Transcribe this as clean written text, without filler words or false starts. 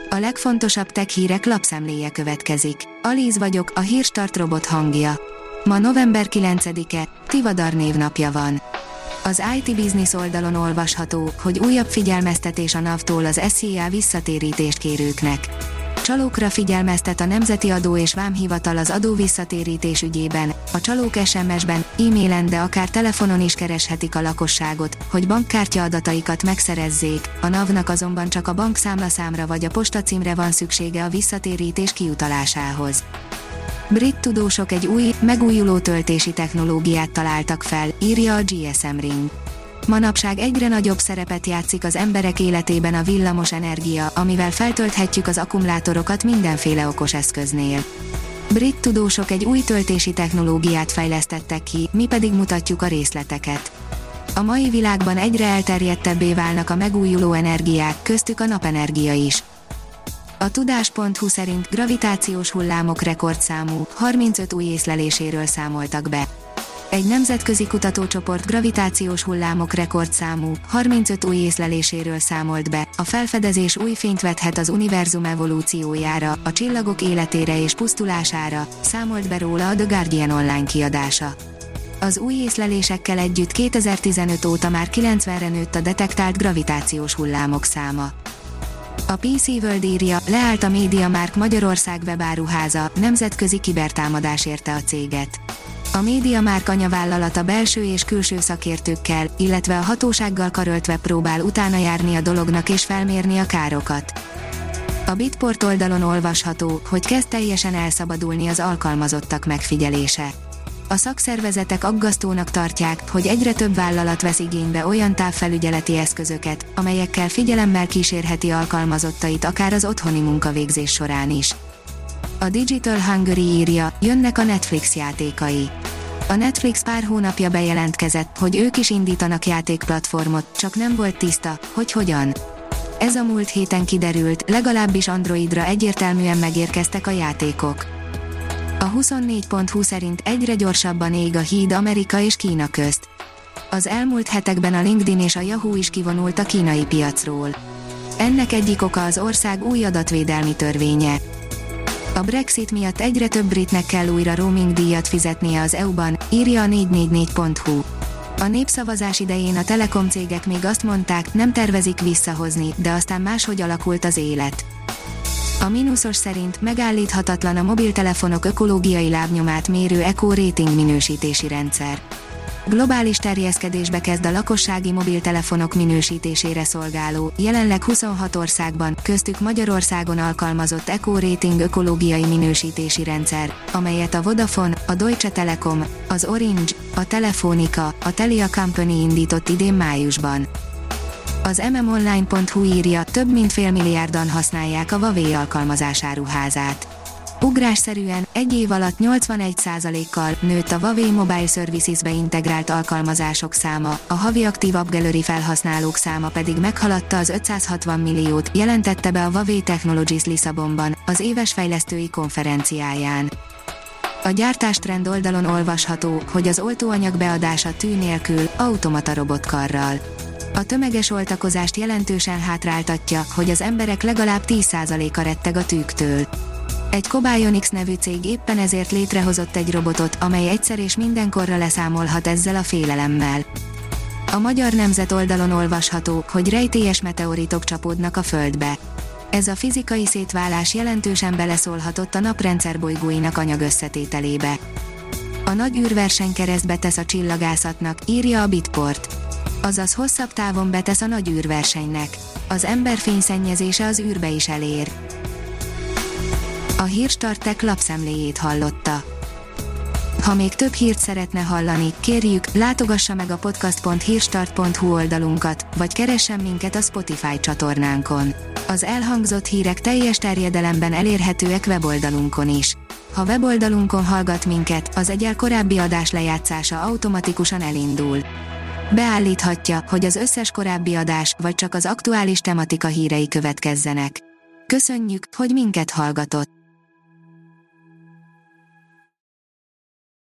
A legfontosabb tech hírek lapszemléje következik. Alíz vagyok, a Hírstart robot hangja. Ma november 9-e, Tivadar névnapja van. Az IT Business oldalon olvasható, hogy újabb figyelmeztetés a NAV-tól az SZIA visszatérítést kérőknek. Csalókra figyelmeztet a Nemzeti Adó és Vámhivatal az adóvisszatérítés ügyében, a csalók SMS-ben, e-mailen, de akár telefonon is kereshetik a lakosságot, hogy bankkártya adataikat megszerezzék, a NAV-nak azonban csak a bankszámlaszámra vagy a postacímre van szüksége a visszatérítés kiutalásához. Brit tudósok egy új, megújuló töltési technológiát találtak fel, írja a GSM Ring. Manapság egyre nagyobb szerepet játszik az emberek életében a villamos energia, amivel feltölthetjük az akkumulátorokat mindenféle okos eszköznél. Brit tudósok egy új töltési technológiát fejlesztettek ki, mi pedig mutatjuk a részleteket. A mai világban egyre elterjedtebbé válnak a megújuló energiák, köztük a napenergia is. A tudás.hu szerint gravitációs hullámok rekordszámú, 35 új észleléséről számoltak be. Egy nemzetközi kutatócsoport gravitációs hullámok rekordszámú, 35 új észleléséről számolt be, a felfedezés új fényt vethet az univerzum evolúciójára, a csillagok életére és pusztulására, számolt be róla a The Guardian online kiadása. Az új észlelésekkel együtt 2015 óta már 90-re nőtt a detektált gravitációs hullámok száma. A PC World írja, leállt a MediaMarkt Magyarország webáruháza, nemzetközi kibertámadás érte a céget. A MediaMarkt anyavállalata belső és külső szakértőkkel, illetve a hatósággal karöltve próbál utána járni a dolognak és felmérni a károkat. A Bitport oldalon olvasható, hogy kezd teljesen elszabadulni az alkalmazottak megfigyelése. A szakszervezetek aggasztónak tartják, hogy egyre több vállalat vesz igénybe olyan távfelügyeleti eszközöket, amelyekkel figyelemmel kísérheti alkalmazottait akár az otthoni munkavégzés során is. A Digital Hungary írja, jönnek a Netflix játékai. A Netflix pár hónapja bejelentkezett, hogy ők is indítanak játékplatformot, csak nem volt tiszta, hogy hogyan. Ez a múlt héten kiderült, legalábbis Androidra egyértelműen megérkeztek a játékok. A 24.hu szerint egyre gyorsabban ég a híd Amerika és Kína közt. Az elmúlt hetekben a LinkedIn és a Yahoo is kivonult a kínai piacról. Ennek egyik oka az ország új adatvédelmi törvénye. A Brexit miatt egyre több britnek kell újra roaming díjat fizetnie az EU-ban, írja a 444.hu. A népszavazás idején a telekom cégek még azt mondták, nem tervezik visszahozni, de aztán máshogy alakult az élet. A mínuszos szerint megállíthatatlan a mobiltelefonok ökológiai lábnyomát mérő Eco Rating minősítési rendszer. Globális terjeszkedésbe kezd a lakossági mobiltelefonok minősítésére szolgáló, jelenleg 26 országban, köztük Magyarországon alkalmazott Eco Rating ökológiai minősítési rendszer, amelyet a Vodafone, a Deutsche Telekom, az Orange, a Telefonica, a Telia Company indított idén májusban. Az mmonline.hu írja, több mint fél milliárdan használják a Huawei alkalmazásáruházát. Ugrásszerűen, egy év alatt 81%-kal nőtt a Huawei Mobile Services-be integrált alkalmazások száma, a havi aktív App Gallery felhasználók száma pedig meghaladta az 560 milliót, jelentette be a Huawei Technologies Lisszabonban, az éves fejlesztői konferenciáján. A gyártástrend oldalon olvasható, hogy az oltóanyag beadása tű nélkül, automata robotkarral. A tömeges oltakozást jelentősen hátráltatja, hogy az emberek legalább 10%-a retteg a tűktől. Egy Cobionics nevű cég éppen ezért létrehozott egy robotot, amely egyszer és mindenkorra leszámolhat ezzel a félelemmel. A Magyar Nemzet oldalon olvasható, hogy rejtélyes meteoritok csapódnak a Földbe. Ez a fizikai szétválás jelentősen beleszólhatott a naprendszer bolygóinak anyagösszetételébe. A nagy űrverseny keresztbe tesz a csillagászatnak, írja a Bitport. Azaz hosszabb távon betesz a nagy űrversenynek. Az ember fényszennyezése az űrbe is elér. A Hírstart Tech lapszemléjét hallotta. Ha még több hírt szeretne hallani, kérjük, látogassa meg a podcast.hírstart.hu oldalunkat, vagy keressen minket a Spotify csatornánkon. Az elhangzott hírek teljes terjedelemben elérhetőek weboldalunkon is. Ha weboldalunkon hallgat minket, az egyel korábbi adás lejátszása automatikusan elindul. Beállíthatja, hogy az összes korábbi adás, vagy csak az aktuális tematika hírei következzenek. Köszönjük, hogy minket hallgatott!